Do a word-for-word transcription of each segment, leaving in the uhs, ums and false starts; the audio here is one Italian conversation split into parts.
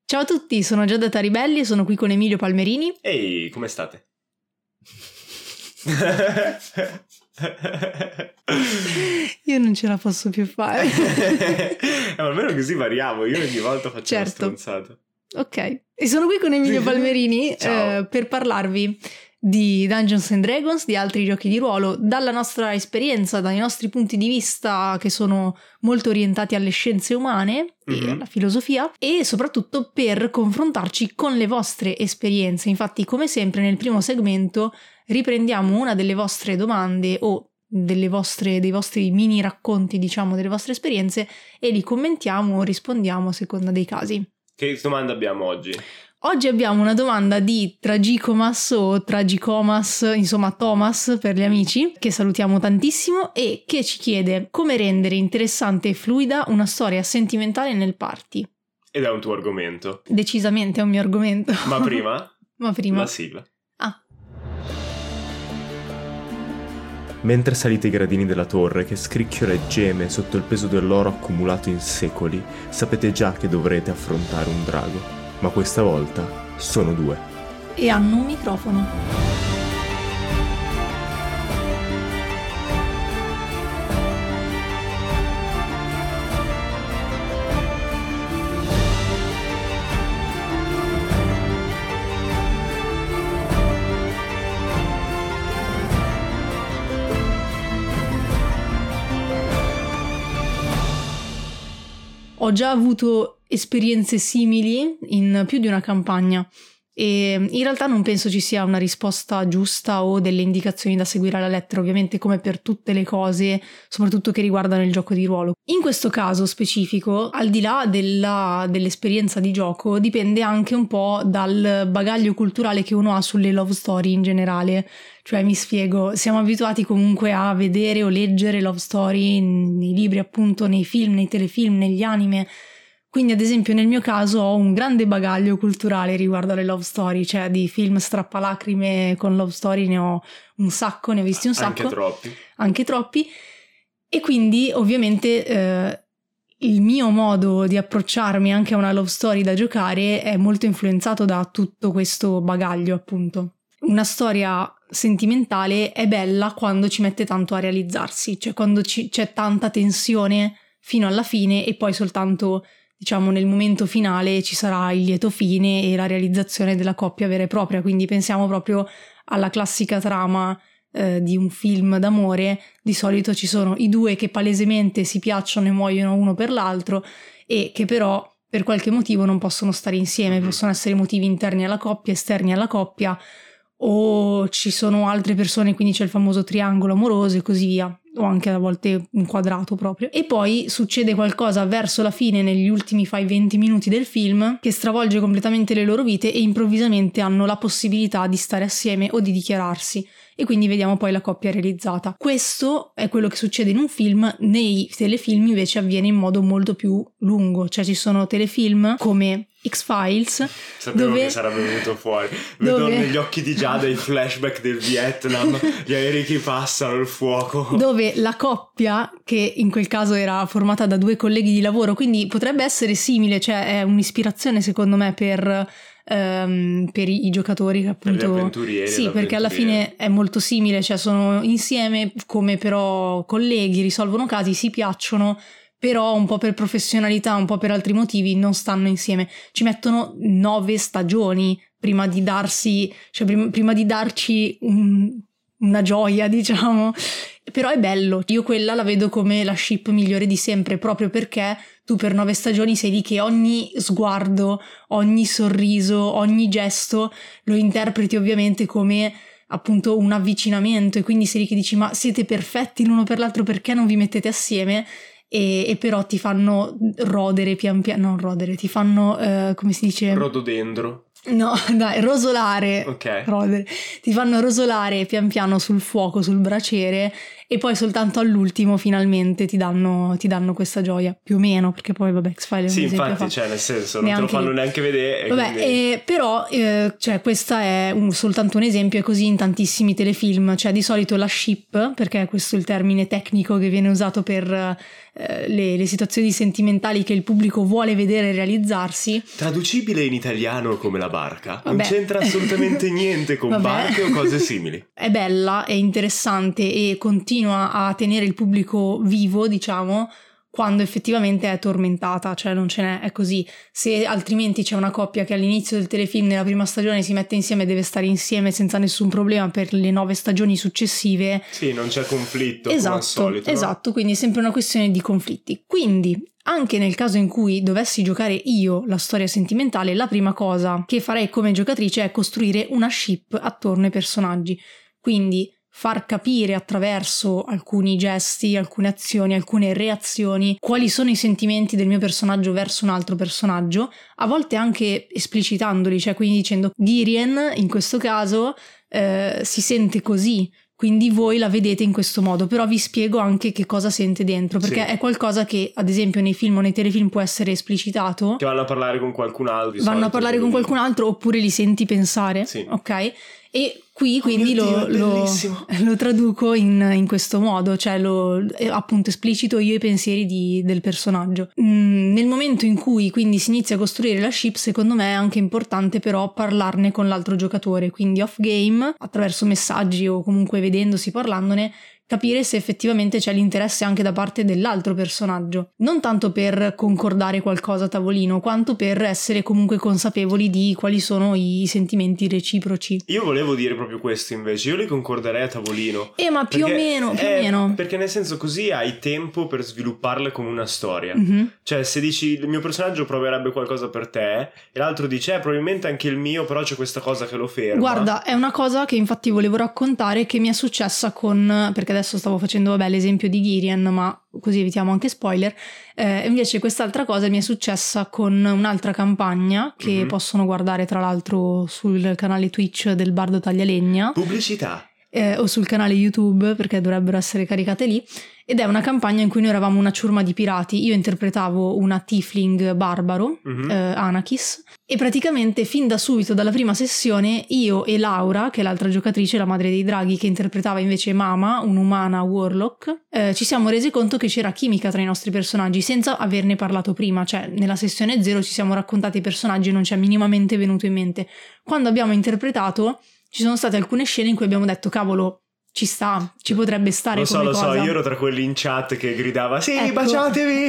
Ciao a tutti, sono Giada Taribelli e sono qui con Emilio Palmerini. Ehi, come state? Io non ce la posso più fare. Ma almeno così variamo, io ogni volta faccio certo. una stronzata. Ok, e sono qui con Emilio Palmerini eh, per parlarvi di Dungeons and Dragons, di altri giochi di ruolo, dalla nostra esperienza, dai nostri punti di vista che sono molto orientati alle scienze umane mm-hmm. e alla filosofia, e soprattutto per confrontarci con le vostre esperienze. Infatti, come sempre nel primo segmento riprendiamo una delle vostre domande o delle vostre, dei vostri mini racconti, diciamo, delle vostre esperienze, e li commentiamo o rispondiamo a seconda dei casi. Che domanda abbiamo oggi? Oggi abbiamo una domanda di Tragicomas o Tragicomas, insomma Thomas per gli amici, che salutiamo tantissimo, e che ci chiede come rendere interessante e fluida una storia sentimentale nel party. Ed è un tuo argomento. Decisamente è un mio argomento. Ma prima? Ma prima. La sigla. Ah. Mentre salite i gradini della torre che scricchiola e geme sotto il peso dell'oro accumulato in secoli, sapete già che dovrete affrontare un drago. Ma questa volta sono due. E hanno un microfono. Ho già avuto esperienze simili in più di una campagna e in realtà non penso ci sia una risposta giusta o delle indicazioni da seguire alla lettera, ovviamente come per tutte le cose, soprattutto che riguardano il gioco di ruolo. In questo caso specifico, al di là della, dell'esperienza di gioco, dipende anche un po' dal bagaglio culturale che uno ha sulle love story in generale. Cioè, mi spiego, siamo abituati comunque a vedere o leggere love story nei libri, appunto, nei film, nei telefilm, negli anime. Quindi, ad esempio, nel mio caso ho un grande bagaglio culturale riguardo alle love story, cioè di film strappalacrime con love story ne ho un sacco, ne ho visti un sacco. Anche troppi. Anche troppi. E quindi, ovviamente, eh, il mio modo di approcciarmi anche a una love story da giocare è molto influenzato da tutto questo bagaglio, appunto. Una storia sentimentale è bella quando ci mette tanto a realizzarsi, cioè quando ci, c'è tanta tensione fino alla fine e poi soltanto, diciamo, nel momento finale ci sarà il lieto fine e la realizzazione della coppia vera e propria. Quindi pensiamo proprio alla classica trama eh, di un film d'amore. Di solito ci sono i due che palesemente si piacciono e muoiono uno per l'altro e che però per qualche motivo non possono stare insieme, possono essere motivi interni alla coppia, esterni alla coppia, o ci sono altre persone, quindi c'è il famoso triangolo amoroso e così via, o anche a volte un quadrato proprio. E poi succede qualcosa verso la fine, negli ultimi fai venti minuti del film, che stravolge completamente le loro vite e improvvisamente hanno la possibilità di stare assieme o di dichiararsi, e quindi vediamo poi la coppia realizzata. Questo è quello che succede in un film. Nei telefilm invece avviene in modo molto più lungo, cioè ci sono telefilm come X-Files. Sapevo dove... che sarebbe venuto fuori. Vedo dove... negli occhi di Giada i flashback del Vietnam, gli aerei che passano, il fuoco. Dove la coppia, che in quel caso era formata da due colleghi di lavoro, quindi potrebbe essere simile, cioè è un'ispirazione secondo me per, um, per i, i giocatori, appunto. Per gli avventurieri. Sì, perché alla fine è molto simile, cioè sono insieme come però colleghi, risolvono casi, si piacciono, però un po' per professionalità, un po' per altri motivi non stanno insieme. Ci mettono nove stagioni prima di darsi, cioè prima, prima di darci un, una gioia, diciamo. Però è bello. Io quella la vedo come la ship migliore di sempre, proprio perché tu per nove stagioni sei lì che ogni sguardo, ogni sorriso, ogni gesto lo interpreti ovviamente come appunto un avvicinamento, e quindi sei lì che dici: ma siete perfetti l'uno per l'altro, perché non vi mettete assieme? E, e però ti fanno rodere pian piano, non rodere, ti fanno, eh, come si dice? Rododendro. No, dai, rosolare. Ok. Rodere. Ti fanno rosolare pian piano sul fuoco, sul braciere, e poi soltanto all'ultimo finalmente ti danno, ti danno questa gioia, più o meno, perché poi vabbè, X-Files è un Sì, esempio infatti, fatto. cioè, nel senso, non te lo Neanche fanno lì. neanche vedere. e Vabbè, quindi- eh, però, eh, cioè, questa è un- soltanto un esempio, è così in tantissimi telefilm, cioè di solito la ship, perché questo è il termine tecnico che viene usato per eh, le, le situazioni sentimentali che il pubblico vuole vedere realizzarsi. Traducibile in italiano come la barca. Non Vabbè. c'entra assolutamente niente con Vabbè. barche o cose simili. È bella, è interessante e continua a tenere il pubblico vivo, diciamo, quando effettivamente è tormentata, cioè non ce n'è, è così. Se altrimenti c'è una coppia che all'inizio del telefilm nella prima stagione si mette insieme e deve stare insieme senza nessun problema per le nove stagioni successive. Sì, non c'è conflitto come al Esatto, solito. no? esatto, quindi è sempre una questione di conflitti. Quindi, anche nel caso in cui dovessi giocare io la storia sentimentale, la prima cosa che farei come giocatrice è costruire una ship attorno ai personaggi. Quindi far capire attraverso alcuni gesti, alcune azioni, alcune reazioni quali sono i sentimenti del mio personaggio verso un altro personaggio, a volte anche esplicitandoli, cioè quindi dicendo Girien in questo caso eh, si sente così, quindi voi la vedete in questo modo, però vi spiego anche che cosa sente dentro, perché Sì. è qualcosa che ad esempio nei film o nei telefilm può essere esplicitato, Che vanno a parlare con qualcun altro. di vanno solito, a parlare con quello lì. qualcun altro oppure li senti pensare, Sì. ok? E qui Oh quindi mio lo, Dio, è lo, bellissimo. lo traduco in, in questo modo, cioè lo, eh, appunto esplicito io i pensieri di- del personaggio. Mm, nel momento in cui quindi si inizia a costruire la ship, secondo me è anche importante però parlarne con l'altro giocatore, quindi off game, attraverso messaggi o comunque vedendosi, parlandone, capire se effettivamente c'è l'interesse anche da parte dell'altro personaggio. Non tanto per concordare qualcosa a tavolino, quanto per essere comunque consapevoli di quali sono i sentimenti reciproci. Io volevo dire proprio questo invece, io li concorderei a tavolino. Eh, ma più o Perché- meno, più o eh, meno. Perché nel senso così hai tempo per svilupparle come una storia. Mhm. Cioè se dici il mio personaggio proverebbe qualcosa per te e l'altro dice eh, probabilmente anche il mio, però c'è questa cosa che lo ferma. Guarda, è una cosa che infatti volevo raccontare che mi è successa con, perché adesso stavo facendo vabbè l'esempio di Girien, ma così evitiamo anche spoiler, eh, invece quest'altra cosa mi è successa con un'altra campagna che Mhm. possono guardare tra l'altro sul canale Twitch del Bardo Taglialegna. Pubblicità. Eh, o sul canale YouTube perché dovrebbero essere caricate lì, ed è una campagna in cui noi eravamo una ciurma di pirati. Io interpretavo una tiefling barbaro, Mhm. eh, Anakis, e praticamente fin da subito, dalla prima sessione, io e Laura, che è l'altra giocatrice, la madre dei draghi, che interpretava invece Mama, un'umana warlock, eh, ci siamo resi conto che c'era chimica tra i nostri personaggi senza averne parlato prima, cioè nella sessione zero ci siamo raccontati i personaggi e non ci è minimamente venuto in mente. Quando abbiamo interpretato ci sono state alcune scene in cui abbiamo detto cavolo, ci sta, ci potrebbe stare Lo so, come lo cosa. so, io ero tra quelli in chat che gridava sì, Ecco, baciatevi!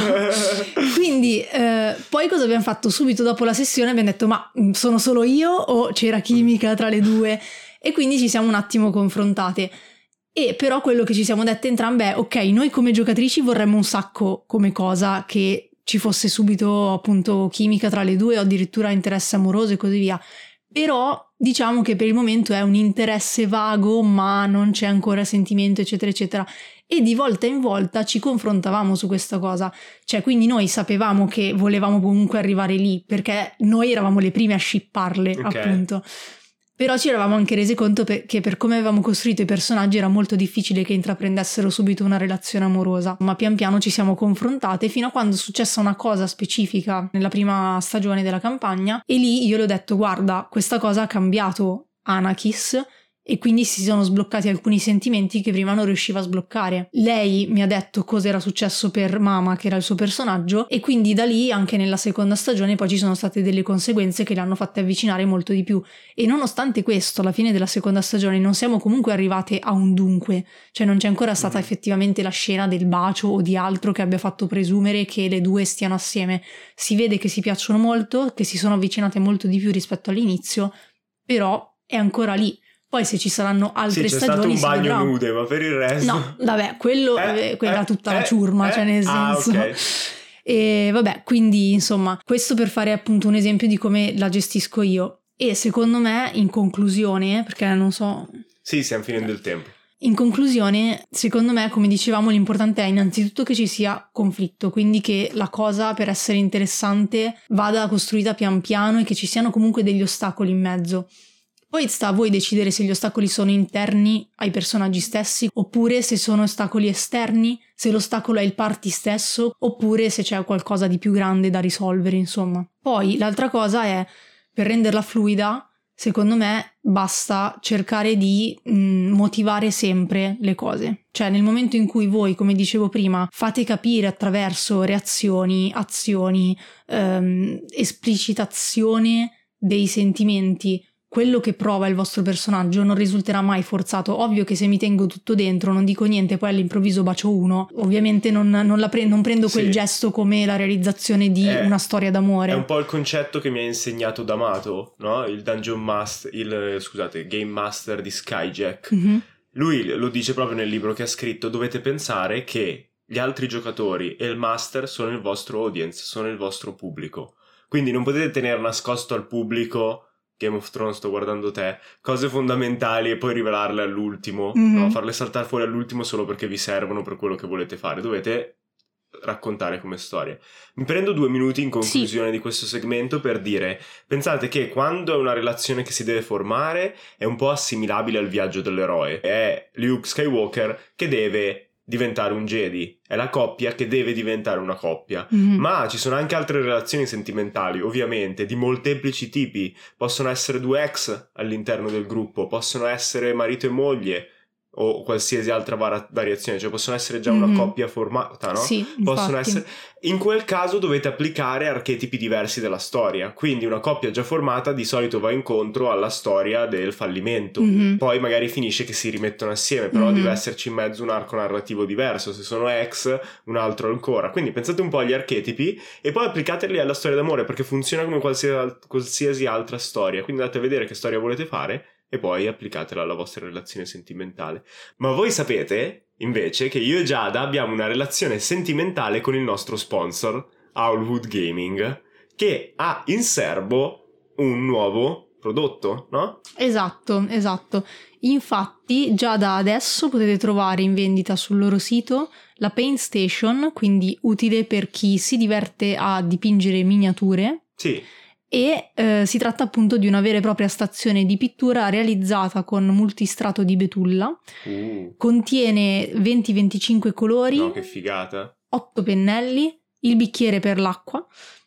ecco. Quindi eh, poi cosa abbiamo fatto? Subito dopo la sessione abbiamo detto ma mh, sono solo io o c'era chimica tra le due? E quindi ci siamo un attimo confrontate. E però quello che ci siamo dette entrambe è ok, noi come giocatrici vorremmo un sacco come cosa che ci fosse subito appunto chimica tra le due o addirittura interesse amoroso e così via. Però diciamo che per il momento è un interesse vago, ma non c'è ancora sentimento, eccetera, eccetera. E di volta in volta ci confrontavamo su questa cosa. Cioè, quindi noi sapevamo che volevamo comunque arrivare lì, perché noi eravamo le prime a shipparle, Ok. appunto. Però ci eravamo anche resi conto per- che per come avevamo costruito i personaggi era molto difficile che intraprendessero subito una relazione amorosa, ma pian piano ci siamo confrontate fino a quando è successa una cosa specifica nella prima stagione della campagna e lì io le ho detto guarda, questa cosa ha cambiato Anakis e quindi si sono sbloccati alcuni sentimenti che prima non riusciva a sbloccare. Lei mi ha detto cosa era successo per Mama, che era il suo personaggio, e quindi da lì anche nella seconda stagione poi ci sono state delle conseguenze che le hanno fatte avvicinare molto di più. E nonostante questo, alla fine della seconda stagione non siamo comunque arrivate a un dunque, cioè non c'è ancora stata Mm. effettivamente la scena del bacio o di altro che abbia fatto presumere che le due stiano assieme. Si vede che si piacciono molto, che si sono avvicinate molto di più rispetto all'inizio, però è ancora lì. Poi se ci saranno altre sì, c'è stagioni stato un si bagno vedrà. nude, ma per il resto... No, vabbè, quello Eh, eh, quella era eh, tutta la eh, ciurma, eh, cioè nel ah, senso. ok. E vabbè, quindi insomma, questo per fare appunto un esempio di come la gestisco io. E secondo me, in conclusione, perché non so, Sì, stiamo finendo il tempo. In conclusione, secondo me, come dicevamo, l'importante è innanzitutto che ci sia conflitto, quindi che la cosa per essere interessante vada costruita pian piano e che ci siano comunque degli ostacoli in mezzo. Poi sta a voi decidere se gli ostacoli sono interni ai personaggi stessi oppure se sono ostacoli esterni, se l'ostacolo è il party stesso oppure se c'è qualcosa di più grande da risolvere, insomma. Poi l'altra cosa è, per renderla fluida, secondo me basta cercare di mh, motivare sempre le cose. Cioè nel momento in cui voi, come dicevo prima, fate capire attraverso reazioni, azioni, ehm, esplicitazione dei sentimenti, quello che prova il vostro personaggio non risulterà mai forzato. Ovvio che se mi tengo tutto dentro, non dico niente, poi all'improvviso bacio uno, ovviamente non, non, la pre- non prendo quel sì. gesto come la realizzazione di è, una storia d'amore. È un po' il concetto che mi ha insegnato D'Amato, no? Il Dungeon Master, il, scusate, Game Master di Skyjack. Mm-hmm. Lui lo dice proprio nel libro che ha scritto: dovete pensare che gli altri giocatori e il Master sono il vostro audience, sono il vostro pubblico. Quindi non potete tenere nascosto al pubblico... Game of Thrones, sto guardando te, cose fondamentali e poi rivelarle all'ultimo, mm-hmm. no? Farle saltare fuori all'ultimo solo perché vi servono per quello che volete fare. Dovete raccontare come storia. Mi prendo due minuti in conclusione sì. di questo segmento per dire: pensate che quando è una relazione che si deve formare è un po' assimilabile al viaggio dell'eroe. È Luke Skywalker che deve diventare un Jedi, è la coppia che deve diventare una coppia, mm-hmm. ma ci sono anche altre relazioni sentimentali, ovviamente, di molteplici tipi. Possono essere due ex all'interno del gruppo, possono essere marito e moglie o qualsiasi altra var- variazione, cioè possono essere già mm-hmm. una coppia formata, no? Sì, possono infatti. essere. In quel caso dovete applicare archetipi diversi della storia, quindi una coppia già formata di solito va incontro alla storia del fallimento, mm-hmm. poi magari finisce che si rimettono assieme, però mm-hmm. deve esserci in mezzo un arco narrativo diverso, se sono ex un altro ancora. Quindi pensate un po' agli archetipi e poi applicateli alla storia d'amore, perché funziona come qualsiasi, qualsiasi altra storia, quindi andate a vedere che storia volete fare e poi applicatela alla vostra relazione sentimentale. Ma voi sapete, invece, che io e Giada abbiamo una relazione sentimentale con il nostro sponsor, Owlwood Gaming, che ha in serbo un nuovo prodotto, no? Esatto, esatto. Infatti, già da adesso potete trovare in vendita sul loro sito la Paint Station, quindi utile per chi si diverte a dipingere miniature. Sì. E eh, si tratta appunto di una vera e propria stazione di pittura realizzata con multistrato di betulla. Uh. Contiene venti venticinque colori, no, che figata. otto pennelli, il bicchiere per l'acqua,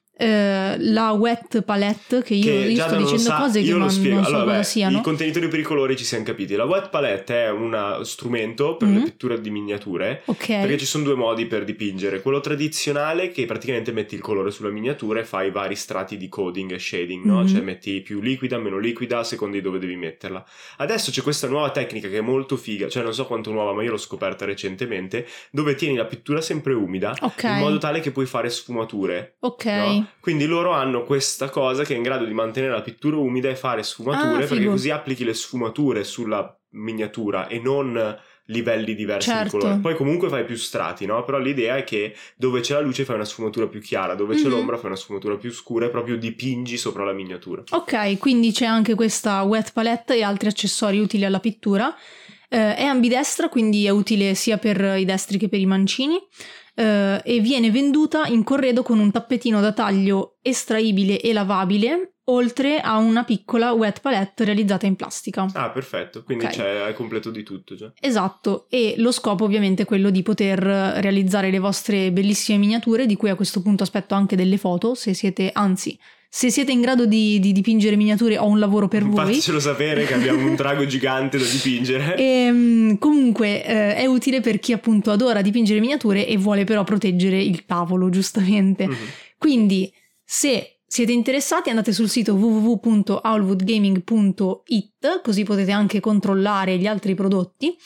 eh, la wet palette, che io, che io sto dicendo sa, cose che non, spiego. non so allora, cosa beh, siano. I contenitori per i colori ci siamo capiti. La wet palette è uno strumento per mm-hmm. le pitture di miniature, okay. perché ci sono due modi per dipingere: quello tradizionale, che praticamente metti il colore sulla miniatura e fai vari strati di coding e shading, no? Mm-hmm. Cioè metti più liquida, meno liquida a seconda di dove devi metterla. Adesso c'è questa nuova tecnica che è molto figa, cioè non so quanto nuova, ma io l'ho scoperta recentemente, dove tieni la pittura sempre umida, okay. in modo tale che puoi fare sfumature, ok, no? Quindi loro hanno questa cosa che è in grado di mantenere la pittura umida e fare sfumature, ah, perché così applichi le sfumature sulla miniatura e non livelli diversi certo. di colore. Poi comunque fai più strati, no? Però l'idea è che dove c'è la luce fai una sfumatura più chiara, dove mm-hmm. c'è l'ombra fai una sfumatura più scura e proprio dipingi sopra la miniatura. Ok, quindi c'è anche questa wet palette e altri accessori utili alla pittura. Eh, è ambidestra, quindi è utile sia per i destri che per i mancini. Uh, e viene venduta in corredo con un tappetino da taglio estraibile e lavabile, oltre a una piccola wet palette realizzata in plastica. Ah, perfetto, quindi okay. c'è il completo di tutto già. Esatto, e lo scopo ovviamente è quello di poter realizzare le vostre bellissime miniature, di cui a questo punto aspetto anche delle foto, se siete, anzi, se siete in grado di, di dipingere miniature ho un lavoro per voi. Fatecelo sapere che abbiamo un drago gigante da dipingere. E, comunque eh, è utile per chi appunto adora dipingere miniature e vuole però proteggere il tavolo, giustamente. Mm-hmm. Quindi se siete interessati andate sul sito w w w punto owlwood gaming punto i t, così potete anche controllare gli altri prodotti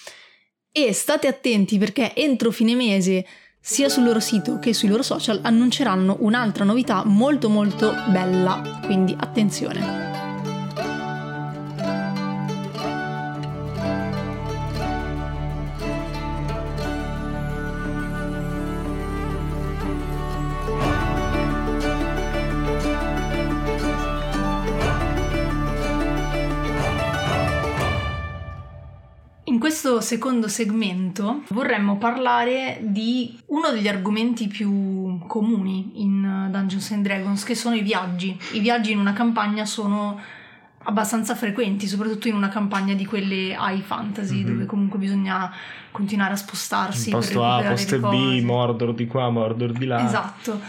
e state attenti perché entro fine mese sia sul loro sito che sui loro social annunceranno un'altra novità molto molto bella, quindi attenzione. In questo secondo segmento vorremmo parlare di uno degli argomenti più comuni in Dungeons and Dragons, che sono i viaggi. I viaggi in una campagna sono abbastanza frequenti, soprattutto in una campagna di quelle high fantasy, mm-hmm. dove comunque bisogna continuare a spostarsi, posto per A, recuperare posto le B, cose. Mordor di qua, Mordor di là. Esatto.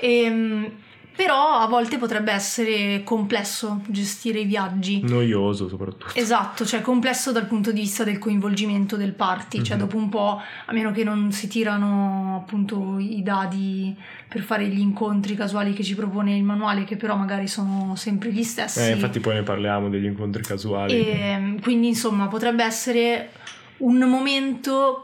E, però a volte potrebbe essere complesso gestire i viaggi. Noioso soprattutto. Esatto, cioè complesso dal punto di vista del coinvolgimento del party, mm-hmm. cioè dopo un po', a meno che non si tirano appunto i dadi per fare gli incontri casuali che ci propone il manuale, che però magari sono sempre gli stessi. Eh, infatti poi ne parliamo degli incontri casuali. E quindi insomma potrebbe essere un momento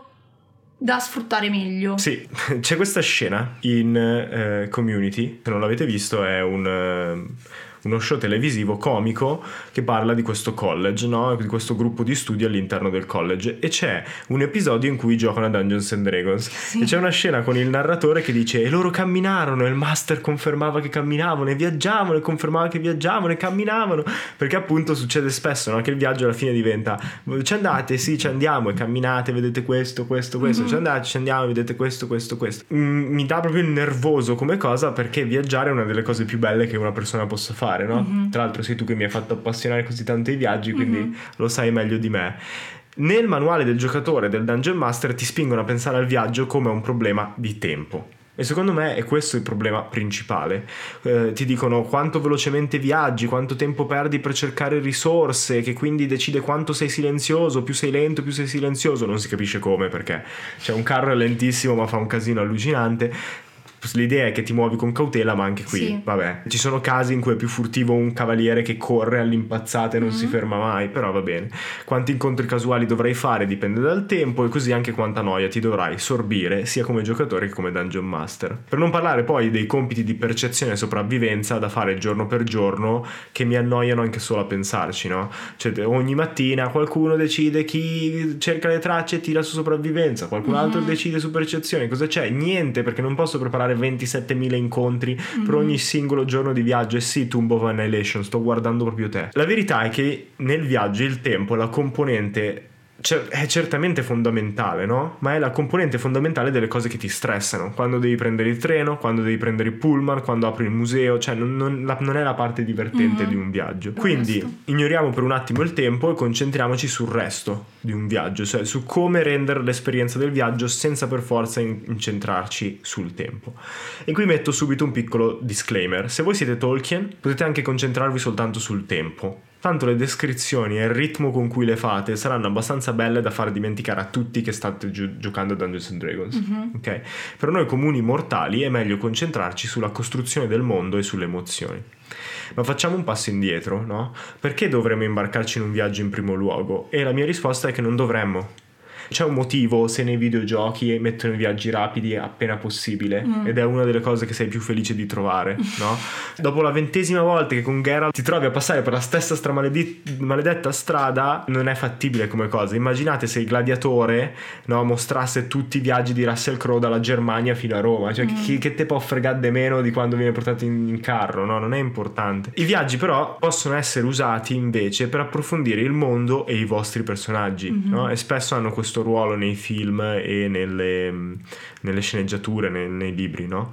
da sfruttare meglio. Sì, c'è questa scena in eh, Community, se non l'avete visto è un, eh, uno show televisivo comico che parla di questo college, no? Di questo gruppo di studi all'interno del college, e c'è un episodio in cui giocano a Dungeons and Dragons, sì. E c'è una scena con il narratore che dice: e loro camminarono, e il master confermava che camminavano, e viaggiavano, e confermava che viaggiavano, e camminavano, perché appunto succede spesso, no? Che il viaggio alla fine diventa: ci andate? Sì, ci andiamo, e camminate, vedete questo, questo, questo, mm-hmm. ci andate, ci andiamo, vedete questo, questo, questo. Mm, mi dà proprio il nervoso come cosa, perché viaggiare è una delle cose più belle che una persona possa fare, no? Mm-hmm. Tra l'altro sei tu che mi hai fatto appassionare così tanto ai viaggi, quindi mm-hmm. lo sai meglio di me. Nel manuale del giocatore del Dungeon Master ti spingono a pensare al viaggio come a un problema di tempo. E secondo me è questo il problema principale. Eh, ti dicono quanto velocemente viaggi, quanto tempo perdi per cercare risorse, che quindi decide quanto sei silenzioso, più sei lento, più sei silenzioso. Non si capisce come, perché c'è un carro è lentissimo ma fa un casino allucinante. L'idea è che ti muovi con cautela, ma anche qui, sì. vabbè, ci sono casi in cui è più furtivo un cavaliere che corre all'impazzata e non mm-hmm. si ferma mai, però va bene. Quanti incontri casuali dovrai fare dipende dal tempo, e così anche quanta noia ti dovrai sorbire sia come giocatore che come Dungeon Master. Per non parlare poi dei compiti di percezione e sopravvivenza da fare giorno per giorno, che mi annoiano anche solo a pensarci, no? Cioè ogni mattina qualcuno decide chi cerca le tracce e tira su sopravvivenza, qualcun mm-hmm. altro decide su percezione. Cosa c'è? Niente, perché non posso preparare ventisettemila incontri mm-hmm. per ogni singolo giorno di viaggio. E sì, Tomb of Annihilation, sto guardando proprio te. La verità è che nel viaggio il tempo è la componente, cioè, è certamente fondamentale, no? Ma è la componente fondamentale delle cose che ti stressano. Quando devi prendere il treno, quando devi prendere il pullman, quando apri il museo, cioè non, non, la, non è la parte divertente mm-hmm. di un viaggio. Quindi ignoriamo per un attimo il tempo e concentriamoci sul resto di un viaggio, cioè su come rendere l'esperienza del viaggio senza per forza in- incentrarci sul tempo. E qui metto subito un piccolo disclaimer: se voi siete Tolkien potete anche concentrarvi soltanto sul tempo, tanto le descrizioni e il ritmo con cui le fate saranno abbastanza belle da far dimenticare a tutti che state gi- giocando a Dungeons and Dragons. Mm-hmm. Ok? Per noi comuni mortali è meglio concentrarci sulla costruzione del mondo e sulle emozioni. Ma facciamo un passo indietro, no? Perché dovremmo imbarcarci in un viaggio in primo luogo? E la mia risposta è che non dovremmo. C'è un motivo se nei videogiochi mettono i viaggi rapidi appena possibile, mm. ed è una delle cose che sei più felice di trovare, no? Dopo la ventesima volta che con Geralt ti trovi a passare per la stessa stramaledetta maledetta strada, non è fattibile come cosa. Immaginate se il gladiatore, no, mostrasse tutti i viaggi di Russell Crowe dalla Germania fino a Roma, cioè mm. che, che te può fregare di meno di quando viene portato in, in carro, no? Non è importante. I viaggi però possono essere usati invece per approfondire il mondo e i vostri personaggi, mm-hmm. no? E spesso hanno questo ruolo nei film e nelle, nelle sceneggiature, nei, nei libri, no?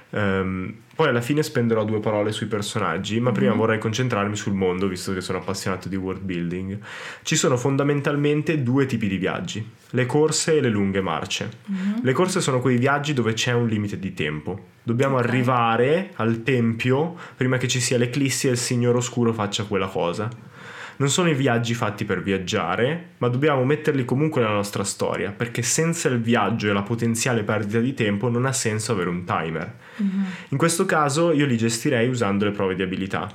Um, poi alla fine spenderò due parole sui personaggi, ma prima mm-hmm. vorrei concentrarmi sul mondo, visto che sono appassionato di world building. Ci sono fondamentalmente due tipi di viaggi: le corse e le lunghe marce. Mm-hmm. Le corse sono quei viaggi dove c'è un limite di tempo. Dobbiamo okay. arrivare al tempio prima che ci sia l'eclissi e il Signore Oscuro faccia quella cosa. Non sono i viaggi fatti per viaggiare, ma dobbiamo metterli comunque nella nostra storia, perché senza il viaggio e la potenziale perdita di tempo non ha senso avere un timer. Mm-hmm. In questo caso io li gestirei usando le prove di abilità.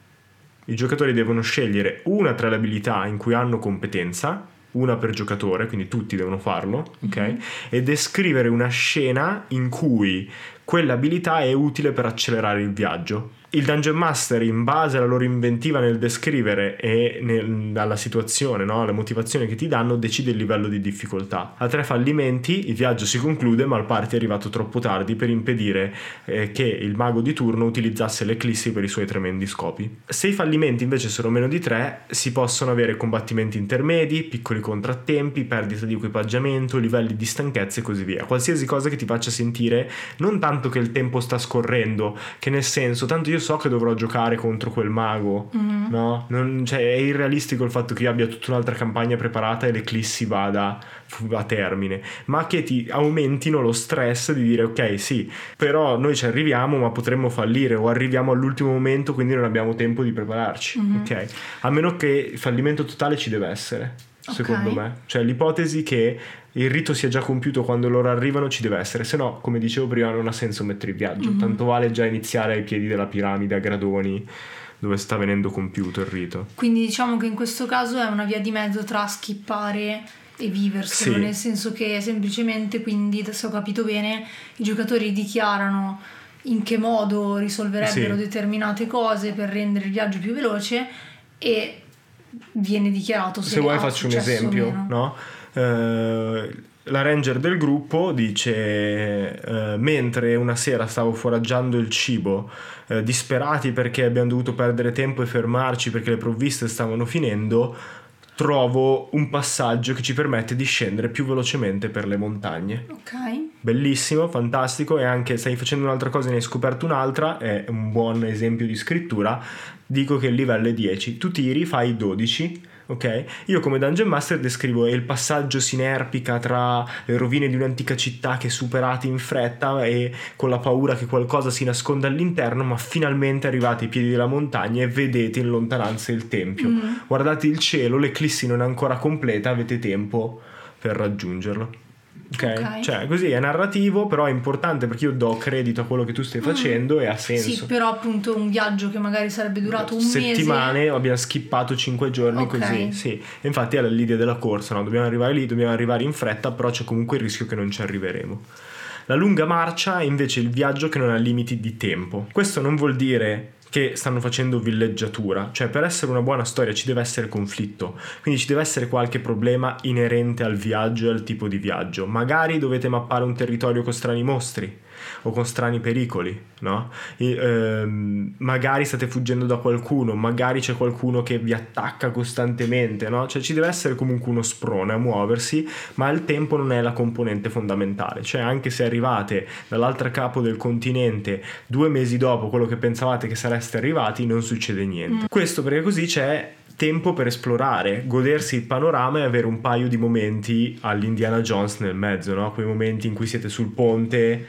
I giocatori devono scegliere una tra le abilità in cui hanno competenza, una per giocatore, quindi tutti devono farlo, ok? Mm-hmm. E descrivere una scena in cui quell'abilità è utile per accelerare il viaggio. Il Dungeon Master, in base alla loro inventiva nel descrivere e nel, alla situazione, no? alle motivazioni che ti danno, decide il livello di difficoltà. A tre fallimenti il viaggio si conclude, ma il party è arrivato troppo tardi per impedire eh, che il mago di turno utilizzasse l'eclissi per i suoi tremendi scopi. Se i fallimenti invece sono meno di tre, si possono avere combattimenti intermedi, piccoli contrattempi, perdita di equipaggiamento, livelli di stanchezza e così via. Qualsiasi cosa che ti faccia sentire non tanto che il tempo sta scorrendo, che nel senso, tanto io so che dovrò giocare contro quel mago, mm-hmm. no? Non, cioè, è irrealistico il fatto che io abbia tutta un'altra campagna preparata e l'eclissi vada a termine, ma che ti aumentino lo stress di dire ok sì, però noi ci arriviamo ma potremmo fallire o arriviamo all'ultimo momento, quindi non abbiamo tempo di prepararci, mm-hmm. ok? A meno che il fallimento totale ci deve essere, secondo okay. me, cioè l'ipotesi che il rito sia già compiuto quando loro arrivano ci deve essere, se no, come dicevo prima, non ha senso mettere il viaggio, mm-hmm. tanto vale già iniziare ai piedi della piramide a gradoni dove sta venendo compiuto il rito. Quindi diciamo che in questo caso è una via di mezzo tra skippare e viverselo, sì. nel senso che semplicemente, quindi se ho capito bene, i giocatori dichiarano in che modo risolverebbero sì. determinate cose per rendere il viaggio più veloce e viene dichiarato se, se vuoi faccio un esempio, no? Uh, la ranger del gruppo dice uh, mentre una sera stavo foraggiando il cibo uh, disperati perché abbiamo dovuto perdere tempo e fermarci perché le provviste stavano finendo, trovo un passaggio che ci permette di scendere più velocemente per le montagne. Ok. Bellissimo, fantastico, e anche stai facendo un'altra cosa e ne hai scoperto un'altra, è un buon esempio di scrittura. Dico che il livello è dieci, tu tiri, fai dodici, ok? Io come Dungeon Master descrivo il passaggio sinerpica tra le rovine di un'antica città che superate in fretta e con la paura che qualcosa si nasconda all'interno, ma finalmente arrivate ai piedi della montagna e vedete in lontananza il tempio. Mm. Guardate il cielo, l'eclissi non è ancora completa, avete tempo per raggiungerlo. Okay? ok, cioè così è narrativo, però è importante perché io do credito a quello che tu stai facendo mm. e ha senso. Sì, però appunto un viaggio che magari sarebbe durato un settimane, mese, settimane, abbiamo skippato cinque giorni, okay. così, sì. E infatti è l'idea della corsa, no? Dobbiamo arrivare lì, dobbiamo arrivare in fretta, però c'è comunque il rischio che non ci arriveremo. La lunga marcia è invece il viaggio che non ha limiti di tempo. Questo non vuol dire che stanno facendo villeggiatura, cioè per essere una buona storia ci deve essere conflitto, quindi ci deve essere qualche problema inerente al viaggio e al tipo di viaggio. Magari dovete mappare un territorio con strani mostri o con strani pericoli, no? E, ehm, magari state fuggendo da qualcuno, magari c'è qualcuno che vi attacca costantemente, no? Cioè ci deve essere comunque uno sprone a muoversi, ma il tempo non è la componente fondamentale, cioè anche se arrivate dall'altro capo del continente due mesi dopo quello che pensavate che sareste arrivati, non succede niente. Mm. Questo perché così c'è tempo per esplorare, godersi il panorama e avere un paio di momenti all'Indiana Jones nel mezzo, no? Quei momenti in cui siete sul ponte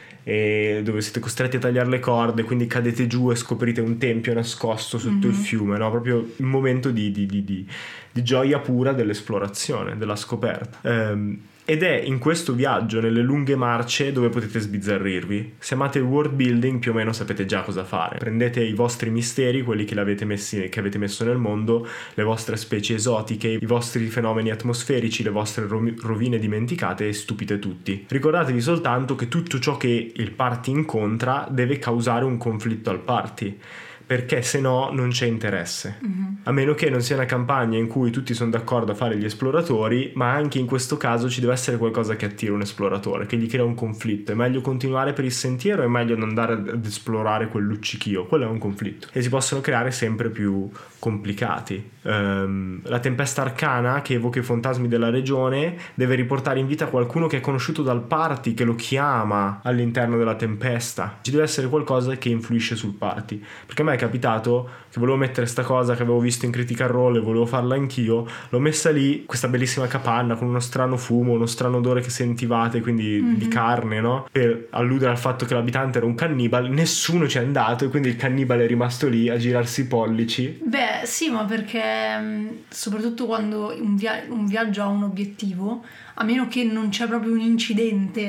e dove siete costretti a tagliare le corde, quindi cadete giù e scoprite un tempio nascosto sotto mm-hmm. il fiume, no? Proprio il momento di, di, di, di, di gioia pura dell'esplorazione, della scoperta. Ehm, Ed è in questo viaggio, nelle lunghe marce, dove potete sbizzarrirvi. Se amate il world building, più o meno sapete già cosa fare. Prendete i vostri misteri, quelli che, l'avete messi, che avete messo nel mondo, le vostre specie esotiche, i vostri fenomeni atmosferici, le vostre rovine dimenticate e stupite tutti. Ricordatevi soltanto che tutto ciò che il party incontra deve causare un conflitto al party, perché se no non c'è interesse. Mm-hmm. A meno che non sia una campagna in cui tutti sono d'accordo a fare gli esploratori, ma anche in questo caso ci deve essere qualcosa che attira un esploratore, che gli crea un conflitto. È meglio continuare per il sentiero, è meglio non andare ad esplorare quel luccichio. Quello è un conflitto e si possono creare sempre più complicati. Um, la tempesta arcana che evoca i fantasmi della regione deve riportare in vita qualcuno che è conosciuto dal party, che lo chiama all'interno della tempesta. Ci deve essere qualcosa che influisce sul party, perché a me è capitato che volevo mettere sta cosa che avevo visto in Critical Role e volevo farla anch'io, l'ho messa lì, questa bellissima capanna con uno strano fumo, uno strano odore che sentivate, quindi mm-hmm. di carne, no? Per alludere al fatto che l'abitante era un cannibale. Nessuno ci è andato e quindi il cannibale è rimasto lì a girarsi i pollici. Beh sì, ma perché soprattutto quando un, via- un viaggio ha un obiettivo, a meno che non c'è proprio un incidente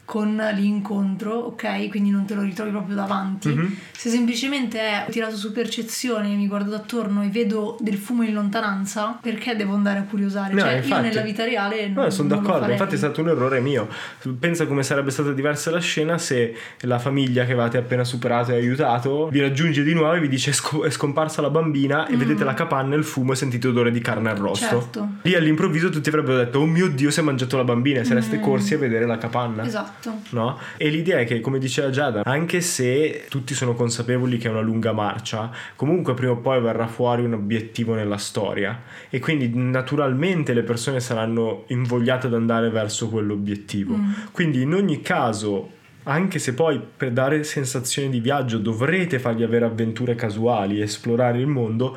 con l'incontro, ok? Quindi non te lo ritrovi proprio davanti. Mm-hmm. Se semplicemente è tirato su percezione, mi guardo attorno e vedo del fumo in lontananza, perché devo andare a curiosare? No, cioè infatti, io nella vita reale non, no, sono non d'accordo, infatti è stato un errore mio. Pensa come sarebbe stata diversa la scena se la famiglia che avevate appena superato e aiutato vi raggiunge di nuovo e vi dice è scomparsa la bambina e mm. vedete la capanna e il fumo e sentite odore di carne arrosto. Certo. Lì all'improvviso tutti avrebbero detto oh mio Dio, si è mangiato la bambina, e sareste mm. corsi a vedere la capanna. Esatto. No? E l'idea è che, come diceva Giada, anche se tutti sono consapevoli che è una lunga marcia, comunque prima o poi verrà fuori un obiettivo nella storia e quindi naturalmente le persone saranno invogliate ad andare verso quell'obiettivo. Mm. Quindi in ogni caso, anche se poi per dare sensazioni di viaggio dovrete fargli avere avventure casuali, esplorare il mondo,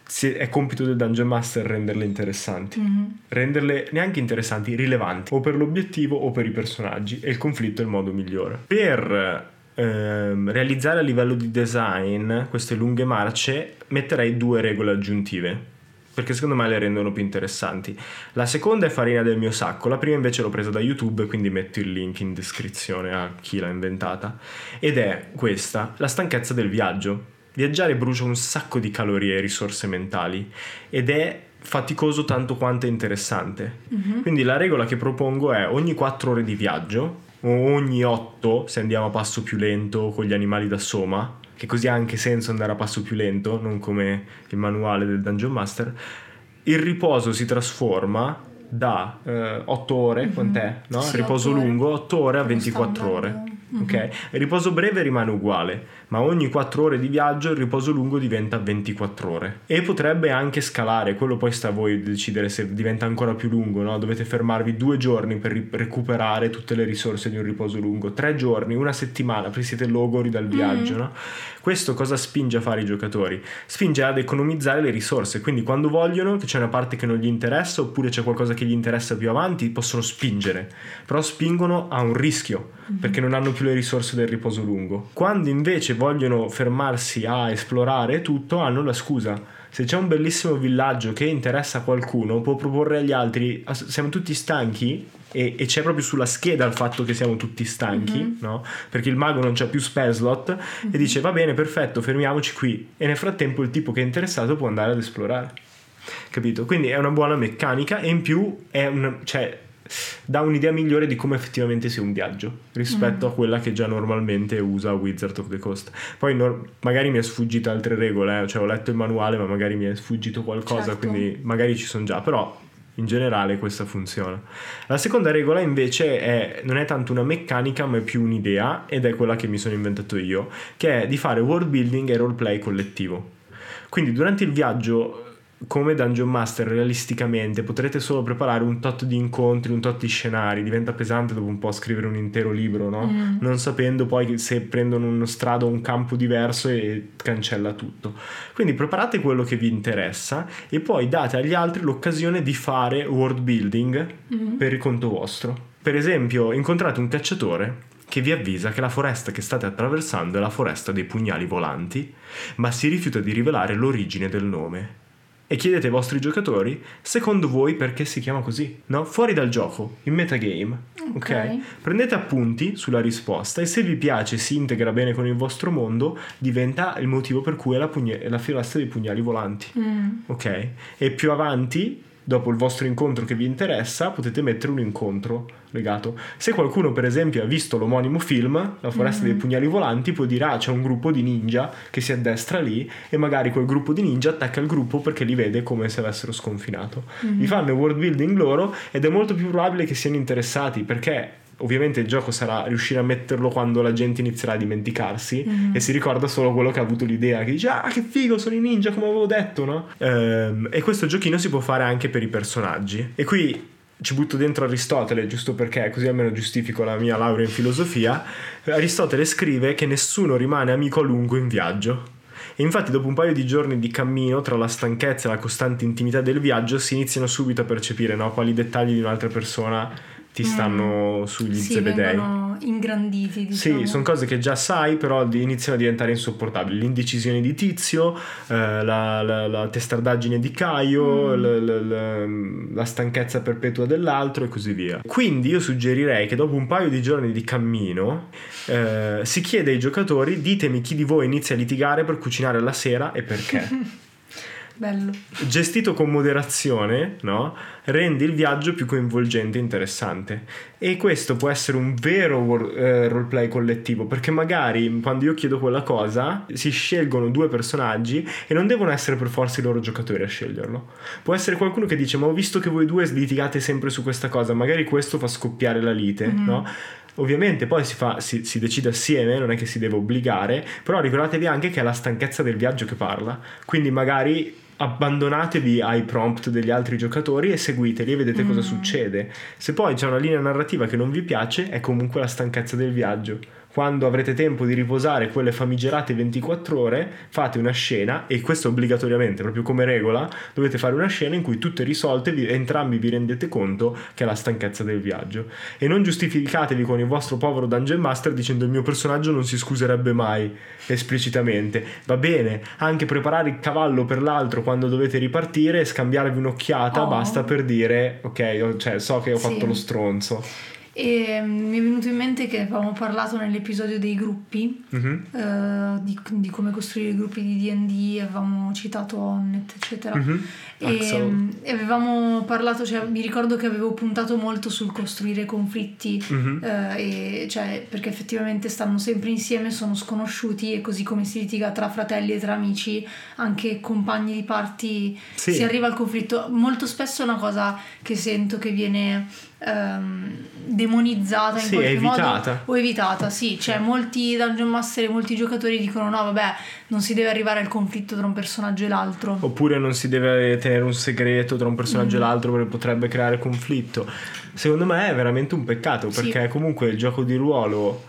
è compito del Dungeon Master renderle interessanti, mm-hmm. renderle neanche interessanti, rilevanti, o per l'obiettivo o per i personaggi, e il conflitto è il modo migliore. Per ehm, realizzare a livello di design queste lunghe marce metterei due regole aggiuntive, perché secondo me le rendono più interessanti. La seconda è farina del mio sacco, la prima invece l'ho presa da YouTube, quindi metto il link in descrizione a chi l'ha inventata, ed è questa: la stanchezza del viaggio. Viaggiare brucia un sacco di calorie e risorse mentali ed è faticoso tanto quanto è interessante. Mm-hmm. Quindi la regola che propongo è ogni quattro ore di viaggio, o ogni otto se andiamo a passo più lento con gli animali da soma, che così ha anche senso andare a passo più lento, non come il manuale del Dungeon Master, il riposo si trasforma da eh, otto ore, mm-hmm. quant'è? No? Sì, riposo lungo, otto ore a ventiquattro ore. Mm-hmm. Ok? Il riposo breve rimane uguale, ma ogni quattro ore di viaggio il riposo lungo diventa ventiquattro ore. E potrebbe anche scalare, quello poi sta a voi decidere se diventa ancora più lungo, no? Dovete fermarvi due giorni per ri- recuperare tutte le risorse di un riposo lungo, tre giorni, una settimana, perché siete logori dal viaggio, mm. no? Questo cosa spinge a fare i giocatori? Spinge ad economizzare le risorse, quindi quando vogliono, che c'è una parte che non gli interessa oppure c'è qualcosa che gli interessa più avanti, possono spingere, però spingono a un rischio, mm. perché non hanno più le risorse del riposo lungo. Quando invece vogliono fermarsi a esplorare tutto, hanno la scusa. Se c'è un bellissimo villaggio che interessa a qualcuno, può proporre agli altri: siamo tutti stanchi, e, e c'è proprio sulla scheda il fatto che siamo tutti stanchi, mm-hmm. no? Perché il mago non c'ha più spell slot, mm-hmm. e dice va bene, perfetto, fermiamoci qui, e nel frattempo il tipo che è interessato può andare ad esplorare, capito? Quindi è una buona meccanica, e in più è un, cioè dà un'idea migliore di come effettivamente sia un viaggio rispetto mm. a quella che già normalmente usa Wizard of the Coast. Poi no, magari mi è sfuggita altre regole, eh? Cioè ho letto il manuale ma magari mi è sfuggito qualcosa, certo. Quindi magari ci sono già, però in generale questa funziona. La seconda regola invece è, non è tanto una meccanica ma è più un'idea, ed è quella che mi sono inventato io, che è di fare world building e roleplay collettivo. Quindi durante il viaggio, come Dungeon Master, realisticamente potrete solo preparare un tot di incontri, un tot di scenari. Diventa pesante dopo un po' scrivere un intero libro, no? Mm. Non sapendo poi se prendono uno strada o un campo diverso e cancella tutto. Quindi preparate quello che vi interessa e poi date agli altri l'occasione di fare world building mm. per il conto vostro. Per esempio, incontrate un cacciatore che vi avvisa che la foresta che state attraversando è la foresta dei pugnali volanti, ma si rifiuta di rivelare l'origine del nome. E chiedete ai vostri giocatori, secondo voi perché si chiama così? No? Fuori dal gioco, in metagame, ok? okay? Prendete appunti sulla risposta e se vi piace, si integra bene con il vostro mondo, diventa il motivo per cui è la, pugne- la foresta dei pugnali volanti, mm. ok? E più avanti, dopo il vostro incontro che vi interessa, potete mettere un incontro legato. Se qualcuno per esempio ha visto l'omonimo film, La foresta mm-hmm. dei pugnali volanti, può dire ah, c'è un gruppo di ninja che si addestra lì, e magari quel gruppo di ninja attacca il gruppo perché li vede come se avessero sconfinato. Mm-hmm. Gli fanno il world building loro, ed è molto più probabile che siano interessati, perché ovviamente il gioco sarà riuscire a metterlo quando la gente inizierà a dimenticarsi, mm-hmm. e si ricorda solo quello che ha avuto l'idea, che dice ah che figo, sono i ninja come avevo detto, no? Ehm, e questo giochino si può fare anche per i personaggi, e qui ci butto dentro Aristotele giusto perché così almeno giustifico la mia laurea in filosofia. Aristotele scrive che nessuno rimane amico a lungo in viaggio. E infatti dopo un paio di giorni di cammino, tra la stanchezza e la costante intimità del viaggio, si iniziano subito a percepire, no, quali dettagli di un'altra persona ti stanno mm. sugli sì, zebedei. Vengono ingranditi, diciamo. Sì, sono cose che già sai, però iniziano a diventare insopportabili. L'indecisione di Tizio, eh, la, la, la testardaggine di Caio, mm. la, la, la, la stanchezza perpetua dell'altro e così via. Quindi io suggerirei che dopo un paio di giorni di cammino eh, si chiede ai giocatori: ditemi chi di voi inizia a litigare per cucinare la sera e perché. Bello. Gestito con moderazione, no? Rende il viaggio più coinvolgente e interessante. E questo può essere un vero war- eh, roleplay collettivo, perché magari quando io chiedo quella cosa si scelgono due personaggi e non devono essere per forza i loro giocatori a sceglierlo. Può essere qualcuno che dice: ma ho visto che voi due litigate sempre su questa cosa, magari questo fa scoppiare la lite, mm-hmm. no? Ovviamente poi si, fa, si, si decide assieme, non è che si deve obbligare, però ricordatevi anche che è la stanchezza del viaggio che parla, quindi magari abbandonatevi ai prompt degli altri giocatori e seguiteli e vedete mm. cosa succede. Se poi c'è una linea narrativa che non vi piace, è comunque la stanchezza del viaggio. Quando avrete tempo di riposare quelle famigerate ventiquattro ore, fate una scena, e questo obbligatoriamente, proprio come regola, dovete fare una scena in cui tutte risolte vi, entrambi vi rendete conto che è la stanchezza del viaggio. E non giustificatevi con il vostro povero Dungeon Master dicendo: il mio personaggio non si scuserebbe mai esplicitamente. Va bene, anche preparare il cavallo per l'altro quando dovete ripartire e scambiarvi un'occhiata, oh. basta per dire: ok, cioè, so che ho sì. fatto lo stronzo. E mi è venuto in mente che avevamo parlato nell'episodio dei gruppi, mm-hmm. uh, di, di come costruire i gruppi di D and D, avevamo citato Onnet eccetera, mm-hmm. e, e avevamo parlato, cioè mi ricordo che avevo puntato molto sul costruire conflitti, mm-hmm. uh, e, cioè perché effettivamente stanno sempre insieme, sono sconosciuti, e così come si litiga tra fratelli e tra amici, anche compagni di party, sì. si arriva al conflitto. Molto spesso è una cosa che sento che viene Um, demonizzata in sì, qualche evitata. modo o evitata, sì, cioè molti Dungeon Master e molti giocatori dicono: no vabbè, non si deve arrivare al conflitto tra un personaggio e l'altro, oppure non si deve tenere un segreto tra un personaggio mm. e l'altro perché potrebbe creare conflitto. Secondo me è veramente un peccato, perché sì. comunque il gioco di ruolo,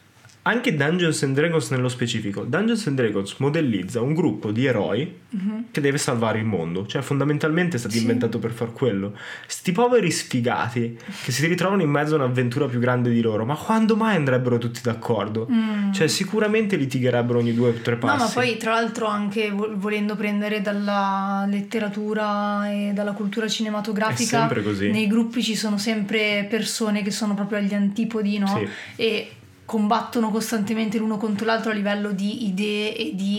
anche Dungeons and Dragons nello specifico, Dungeons and Dragons modellizza un gruppo di eroi mm-hmm. che deve salvare il mondo, cioè fondamentalmente è stato sì. inventato per far quello. Sti poveri sfigati che si ritrovano in mezzo a un'avventura più grande di loro, ma quando mai andrebbero tutti d'accordo? Mm. Cioè sicuramente litigherebbero ogni due o tre passi. No, ma poi tra l'altro anche volendo prendere dalla letteratura e dalla cultura cinematografica, è sempre così. Nei gruppi ci sono sempre persone che sono proprio agli antipodi, no? Sì. E combattono costantemente l'uno contro l'altro a livello di idee e di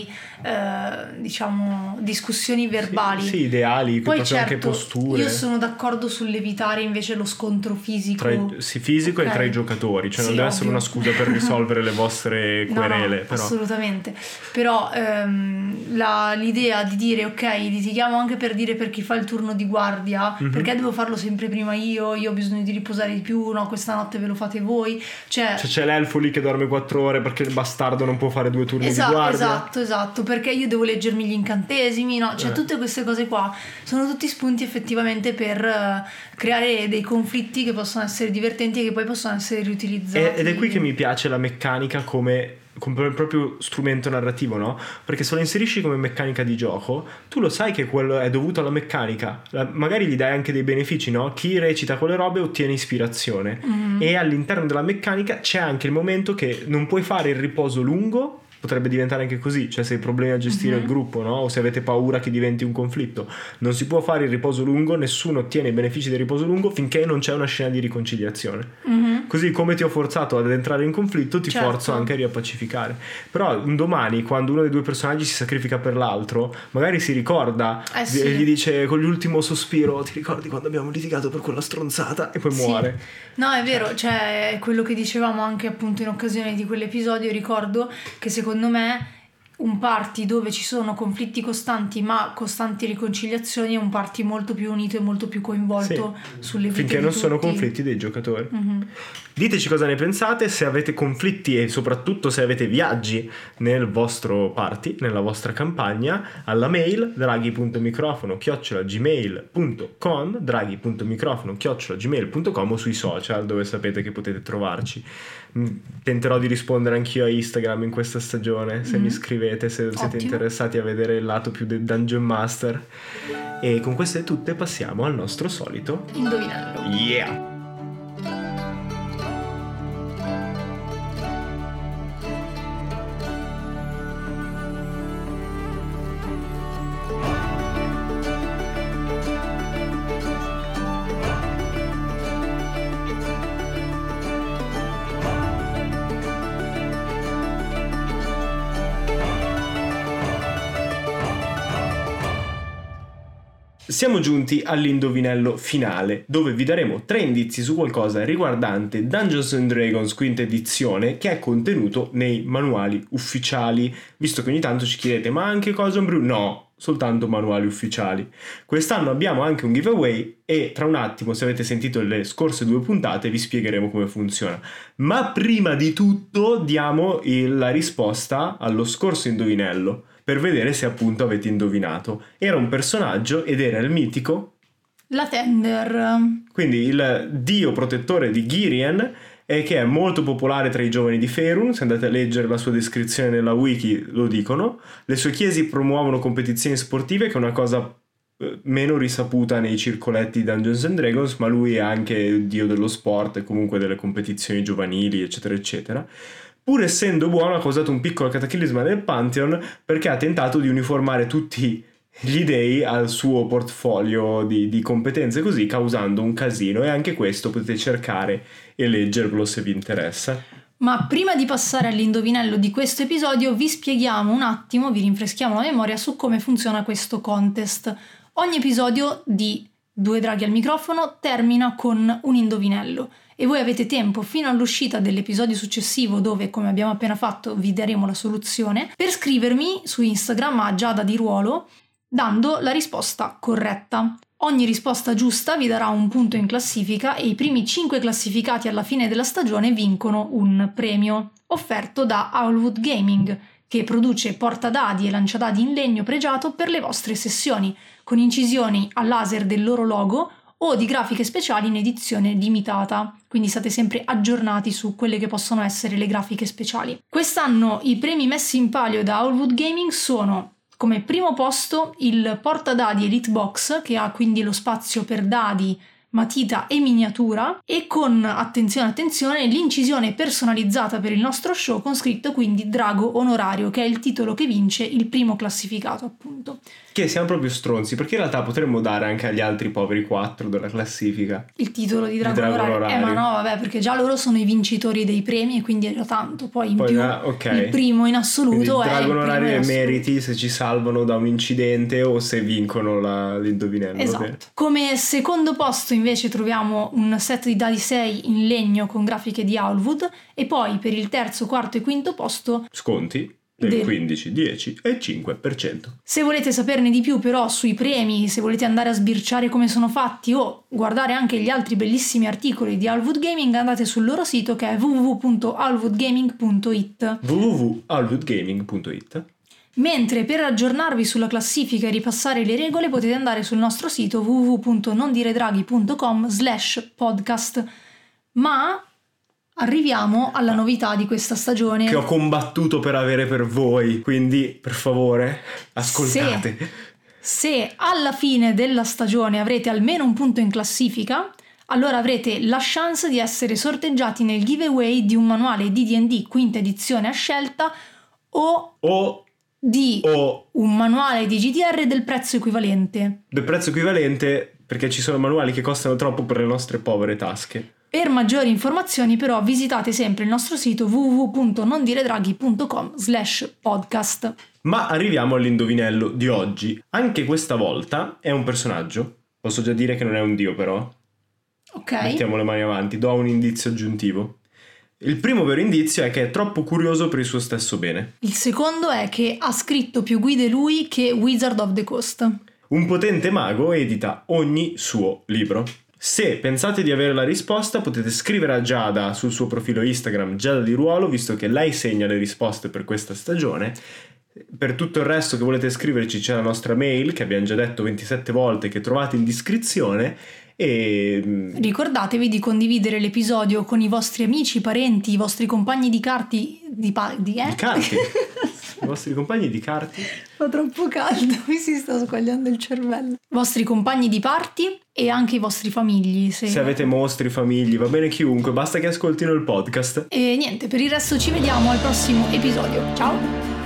eh, diciamo discussioni verbali, sì, sì, ideali, poi certo, anche posture. Io sono d'accordo sull'evitare invece lo scontro fisico, tra i, sì, fisico okay. e tra i giocatori, cioè sì, non deve ovvio. essere una scusa per risolvere le vostre querele. No, no, però. Assolutamente, però ehm, la, l'idea di dire ok, litighiamo anche per dire per chi fa il turno di guardia, mm-hmm. perché devo farlo sempre prima io, io ho bisogno di riposare di più, no, questa notte ve lo fate voi, cioè, cioè c'è l'elfo lì che dorme quattro ore perché il bastardo non può fare due turni esatto, di guardia. Esatto, esatto, perché io devo leggermi gli incantesimi, no? Cioè eh. tutte queste cose qua sono tutti spunti effettivamente per uh, creare dei conflitti che possono essere divertenti e che poi possono essere riutilizzati. Ed è qui che mi piace la meccanica come come il proprio strumento narrativo, no? Perché se lo inserisci come meccanica di gioco, tu lo sai che quello è dovuto alla meccanica. La, magari gli dai anche dei benefici, no? Chi recita quelle robe ottiene ispirazione, mm. e all'interno della meccanica c'è anche il momento che non puoi fare il riposo lungo. Potrebbe diventare anche così, cioè se hai problemi a gestire mm-hmm. il gruppo, no? O se avete paura che diventi un conflitto, non si può fare il riposo lungo, nessuno ottiene i benefici del riposo lungo finché non c'è una scena di riconciliazione. Mm-hmm. Così come ti ho forzato ad entrare in conflitto, ti certo. forzo anche a riappacificare. Però un domani, quando uno dei due personaggi si sacrifica per l'altro, magari si ricorda eh sì. e gli dice con l'ultimo sospiro: ti ricordi quando abbiamo litigato per quella stronzata? E poi sì. muore. No, è vero, cioè è quello che dicevamo anche appunto in occasione di quell'episodio. Ricordo che secondo me un party dove ci sono conflitti costanti ma costanti riconciliazioni è un party molto più unito e molto più coinvolto sì. sulle vite finché di non tutti. Sono conflitti dei giocatori. Mm-hmm. Diteci cosa ne pensate, se avete conflitti e soprattutto se avete viaggi nel vostro party, nella vostra campagna, alla mail draghi.microfono chiocciola gmail punto com, draghi.microfono chiocciola gmail punto com, o sui social dove sapete che potete trovarci. Tenterò di rispondere anch'io a Instagram in questa stagione, se mm-hmm. mi scrivete, se Ottimo. siete interessati a vedere il lato più del Dungeon Master. E con queste tutte passiamo al nostro solito indovinello. Yeah! Siamo giunti all'indovinello finale, dove vi daremo tre indizi su qualcosa riguardante Dungeons and Dragons quinta edizione che è contenuto nei manuali ufficiali, visto che ogni tanto ci chiedete ma anche cosa Homebrew? No, soltanto manuali ufficiali. Quest'anno abbiamo anche un giveaway e tra un attimo, se avete sentito le scorse due puntate, vi spiegheremo come funziona. Ma prima di tutto diamo il, la risposta allo scorso indovinello, per vedere se appunto avete indovinato. Era un personaggio ed era il mitico Latender. Quindi il dio protettore di Girien, e che è molto popolare tra i giovani di Faerun. Se andate a leggere la sua descrizione nella wiki lo dicono. Le sue chiesi promuovono competizioni sportive, che è una cosa meno risaputa nei circoletti di Dungeons and Dragons, ma lui è anche il dio dello sport e comunque delle competizioni giovanili, eccetera eccetera. Pur essendo buono, ha causato un piccolo cataclisma nel Pantheon perché ha tentato di uniformare tutti gli dei al suo portfolio di, di competenze, così causando un casino, e anche questo potete cercare e leggerlo se vi interessa. Ma prima di passare all'indovinello di questo episodio vi spieghiamo un attimo, vi rinfreschiamo la memoria su come funziona questo contest. Ogni episodio di Due Draghi al Microfono termina con un indovinello e voi avete tempo fino all'uscita dell'episodio successivo, dove, come abbiamo appena fatto, vi daremo la soluzione, per scrivermi su Instagram a Giada di Ruolo dando la risposta corretta. Ogni risposta giusta vi darà un punto in classifica e i primi cinque classificati alla fine della stagione vincono un premio offerto da Owlwood Gaming, che produce portadadi e lanciadadi in legno pregiato per le vostre sessioni, con incisioni a laser del loro logo o di grafiche speciali in edizione limitata, quindi state sempre aggiornati su quelle che possono essere le grafiche speciali. Quest'anno i premi messi in palio da Owlwood Gaming sono, come primo posto, il portadadi Elite Box, che ha quindi lo spazio per dadi, matita e miniatura, e con, attenzione attenzione, l'incisione personalizzata per il nostro show con scritto quindi Drago Onorario, che è il titolo che vince il primo classificato, appunto. Che siamo proprio stronzi, perché in realtà potremmo dare anche agli altri poveri quattro della classifica il titolo di Drago, di Drago Onorario. Onorario. Eh ma no, vabbè, perché già loro sono i vincitori dei premi e quindi è già tanto. Poi in Poi, più ah, okay. il primo in assoluto quindi è Drago il Onorario primo e in meriti se ci salvano da un incidente o se vincono la, l'indovinello. Esatto. Vabbè. Come secondo posto invece troviamo un set di dadi sei in legno con grafiche di Owlwood, e poi per il terzo, quarto e quinto posto sconti del, del quindici, dieci e cinque per cento. Se volete saperne di più però sui premi, se volete andare a sbirciare come sono fatti o guardare anche gli altri bellissimi articoli di Owlwood Gaming, andate sul loro sito, che è w w w punto owlwood gaming punto i t. w w w punto owlwood gaming punto i t. Mentre per aggiornarvi sulla classifica e ripassare le regole potete andare sul nostro sito w w w punto nondiredraghi punto com slash podcast. Ma arriviamo alla novità di questa stagione, che ho combattuto per avere per voi, quindi per favore ascoltate. Se, se alla fine della stagione avrete almeno un punto in classifica, allora avrete la chance di essere sorteggiati nel giveaway di un manuale di D and D quinta edizione a scelta o, o di o un manuale di G D R del prezzo equivalente. Del prezzo equivalente, perché ci sono manuali che costano troppo per le nostre povere tasche. Per maggiori informazioni però visitate sempre il nostro sito w w w punto nondiredraghi punto com slash podcast. Ma arriviamo all'indovinello di oggi. Anche questa volta è un personaggio. Posso già dire che non è un dio, però. Ok. Mettiamo le mani avanti, do un indizio aggiuntivo. Il primo vero indizio è che è troppo curioso per il suo stesso bene. Il secondo è che ha scritto più guide lui che Wizard of the Coast. Un potente mago edita ogni suo libro. Se pensate di avere la risposta, potete scrivere a Giada sul suo profilo Instagram Giada di Ruolo, visto che lei segna le risposte per questa stagione. Per tutto il resto che volete scriverci c'è la nostra mail, che abbiamo già detto ventisette volte, che trovate in descrizione. E ricordatevi di condividere l'episodio con i vostri amici, parenti, i vostri compagni di carti di, pa- di, eh? di carti i vostri compagni di carti. Fa troppo caldo, mi si sta squagliando il cervello. I vostri compagni di party e anche i vostri famigli, se... se avete mostri, famigli, va bene chiunque, basta che ascoltino il podcast. E niente, per il resto ci vediamo al prossimo episodio. Ciao.